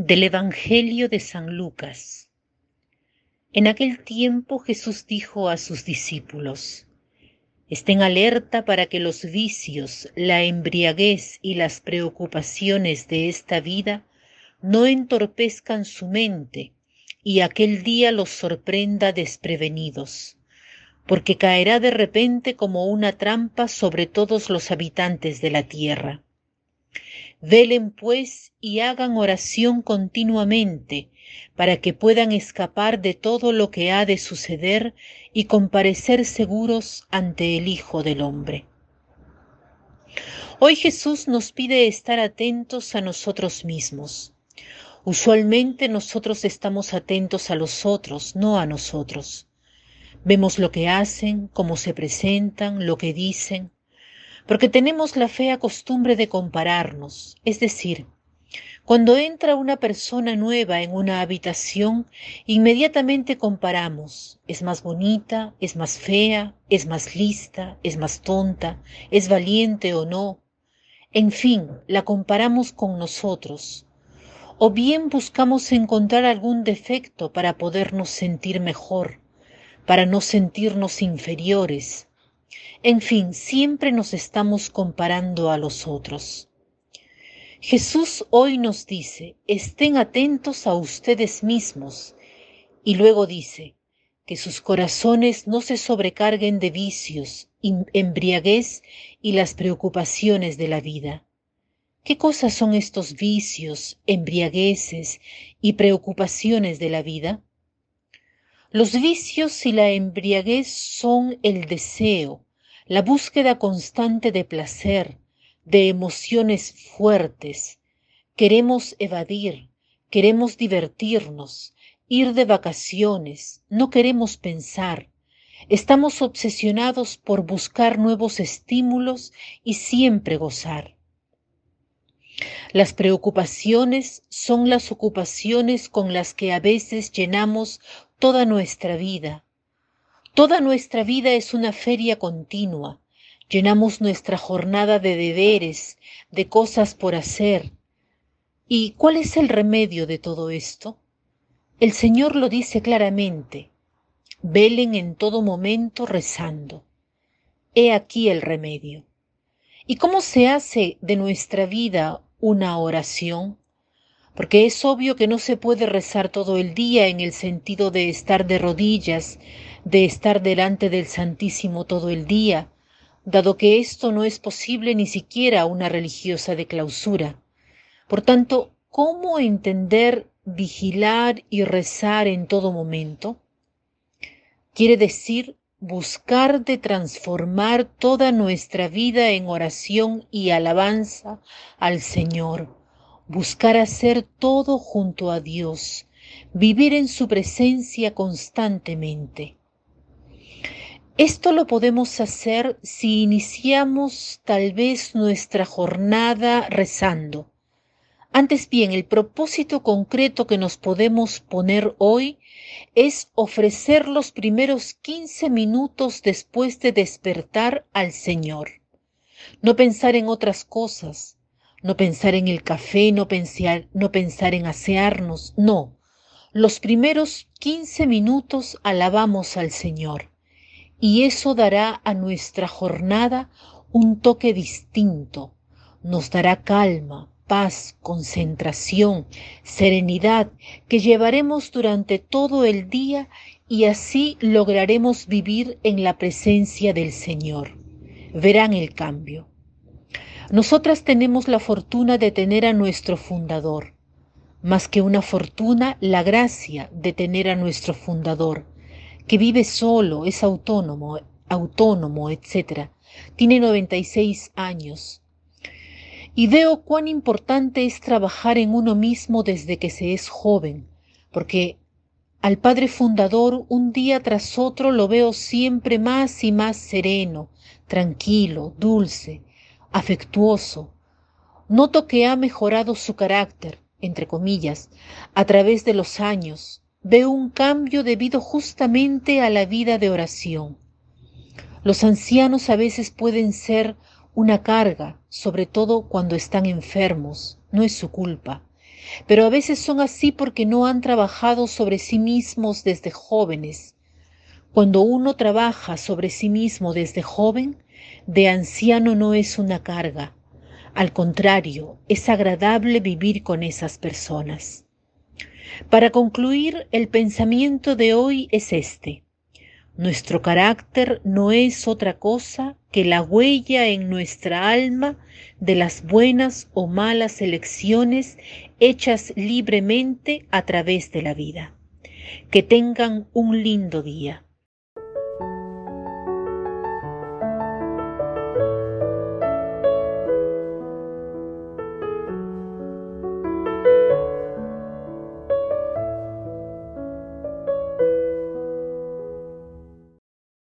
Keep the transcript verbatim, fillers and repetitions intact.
Del Evangelio de San Lucas. En aquel tiempo Jesús dijo a sus discípulos: Estén alerta para que los vicios, la embriaguez y las preocupaciones de esta vida no entorpezcan su mente y aquel día los sorprenda desprevenidos, porque caerá de repente como una trampa sobre todos los habitantes de la tierra. Velen pues y hagan oración continuamente para que puedan escapar de todo lo que ha de suceder y comparecer seguros ante el Hijo del Hombre. Hoy Jesús nos pide estar atentos a nosotros mismos. Usualmente nosotros estamos atentos a los otros, no a nosotros. Vemos lo que hacen, cómo se presentan, lo que dicen, porque tenemos la fea costumbre de compararnos, es decir, cuando entra una persona nueva en una habitación, inmediatamente comparamos, es más bonita, es más fea, es más lista, es más tonta, es valiente o no, en fin, la comparamos con nosotros, o bien buscamos encontrar algún defecto para podernos sentir mejor, para no sentirnos inferiores. En fin, siempre nos estamos comparando a los otros. Jesús hoy nos dice, estén atentos a ustedes mismos, y luego dice, que sus corazones no se sobrecarguen de vicios, embriaguez y las preocupaciones de la vida. ¿Qué cosas son estos vicios, embriagueces y preocupaciones de la vida? Los vicios y la embriaguez son el deseo, la búsqueda constante de placer, de emociones fuertes. Queremos evadir, queremos divertirnos, ir de vacaciones, no queremos pensar. Estamos obsesionados por buscar nuevos estímulos y siempre gozar. Las preocupaciones son las ocupaciones con las que a veces llenamos toda nuestra vida. Toda nuestra vida es una feria continua. Llenamos nuestra jornada de deberes, de cosas por hacer. ¿Y cuál es el remedio de todo esto? El Señor lo dice claramente. Velen en todo momento rezando. He aquí el remedio. ¿Y cómo se hace de nuestra vida una oración? Porque es obvio que no se puede rezar todo el día en el sentido de estar de rodillas, de estar delante del Santísimo todo el día, dado que esto no es posible ni siquiera una religiosa de clausura. Por tanto, ¿cómo entender vigilar y rezar en todo momento? Quiere decir buscar de transformar toda nuestra vida en oración y alabanza al Señor, buscar hacer todo junto a Dios, vivir en su presencia constantemente. Esto lo podemos hacer si iniciamos tal vez nuestra jornada rezando. Antes bien, el propósito concreto que nos podemos poner hoy es ofrecer los primeros quince minutos después de despertar al Señor. No pensar en otras cosas, no pensar en el café, no pensar, no pensar en asearnos, no. Los primeros quince minutos alabamos al Señor y eso dará a nuestra jornada un toque distinto, nos dará calma, paz, concentración, serenidad que llevaremos durante todo el día y así lograremos vivir en la presencia del Señor. Verán el cambio. Nosotras tenemos la fortuna de tener a nuestro fundador, más que una fortuna, la gracia de tener a nuestro fundador, que vive solo, es autónomo, autónomo, etcétera. Tiene noventa y seis años. Y veo cuán importante es trabajar en uno mismo desde que se es joven, porque al Padre Fundador un día tras otro lo veo siempre más y más sereno, tranquilo, dulce, afectuoso. Noto que ha mejorado su carácter, entre comillas, a través de los años. Veo un cambio debido justamente a la vida de oración. Los ancianos a veces pueden ser una carga, sobre todo cuando están enfermos, no es su culpa. pero a veces son así porque no han trabajado sobre sí mismos desde jóvenes. Cuando uno trabaja sobre sí mismo desde joven, de anciano no es una carga. Al contrario, es agradable vivir con esas personas. Para concluir, el pensamiento de hoy es este. Nuestro carácter no es otra cosa que la huella en nuestra alma de las buenas o malas elecciones hechas libremente a través de la vida. Que tengan un lindo día.